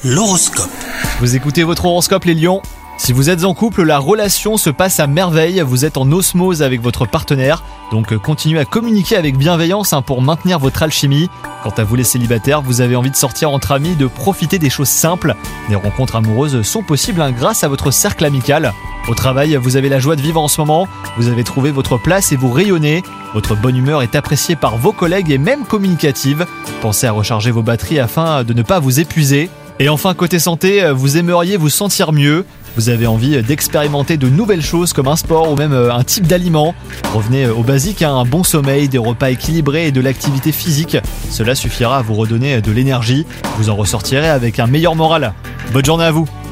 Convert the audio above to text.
L'horoscope. Vous écoutez votre horoscope les lions. Si vous êtes en couple, la relation se passe à merveille, vous êtes en osmose avec votre partenaire, donc continuez à communiquer avec bienveillance pour maintenir votre alchimie. Quant à vous les célibataires, vous avez envie de sortir entre amis, de profiter des choses simples. Des rencontres amoureuses sont possibles grâce à votre cercle amical. Au travail, vous avez la joie de vivre en ce moment, vous avez trouvé votre place et vous rayonnez. Votre bonne humeur est appréciée par vos collègues et même communicative. Pensez à recharger vos batteries afin de ne pas vous épuiser. Et enfin, côté santé, vous aimeriez vous sentir mieux. Vous avez envie d'expérimenter de nouvelles choses comme un sport ou même un type d'aliment. Revenez au basique, un bon sommeil, des repas équilibrés et de l'activité physique. Cela suffira à vous redonner de l'énergie. Vous en ressortirez avec un meilleur moral. Bonne journée à vous!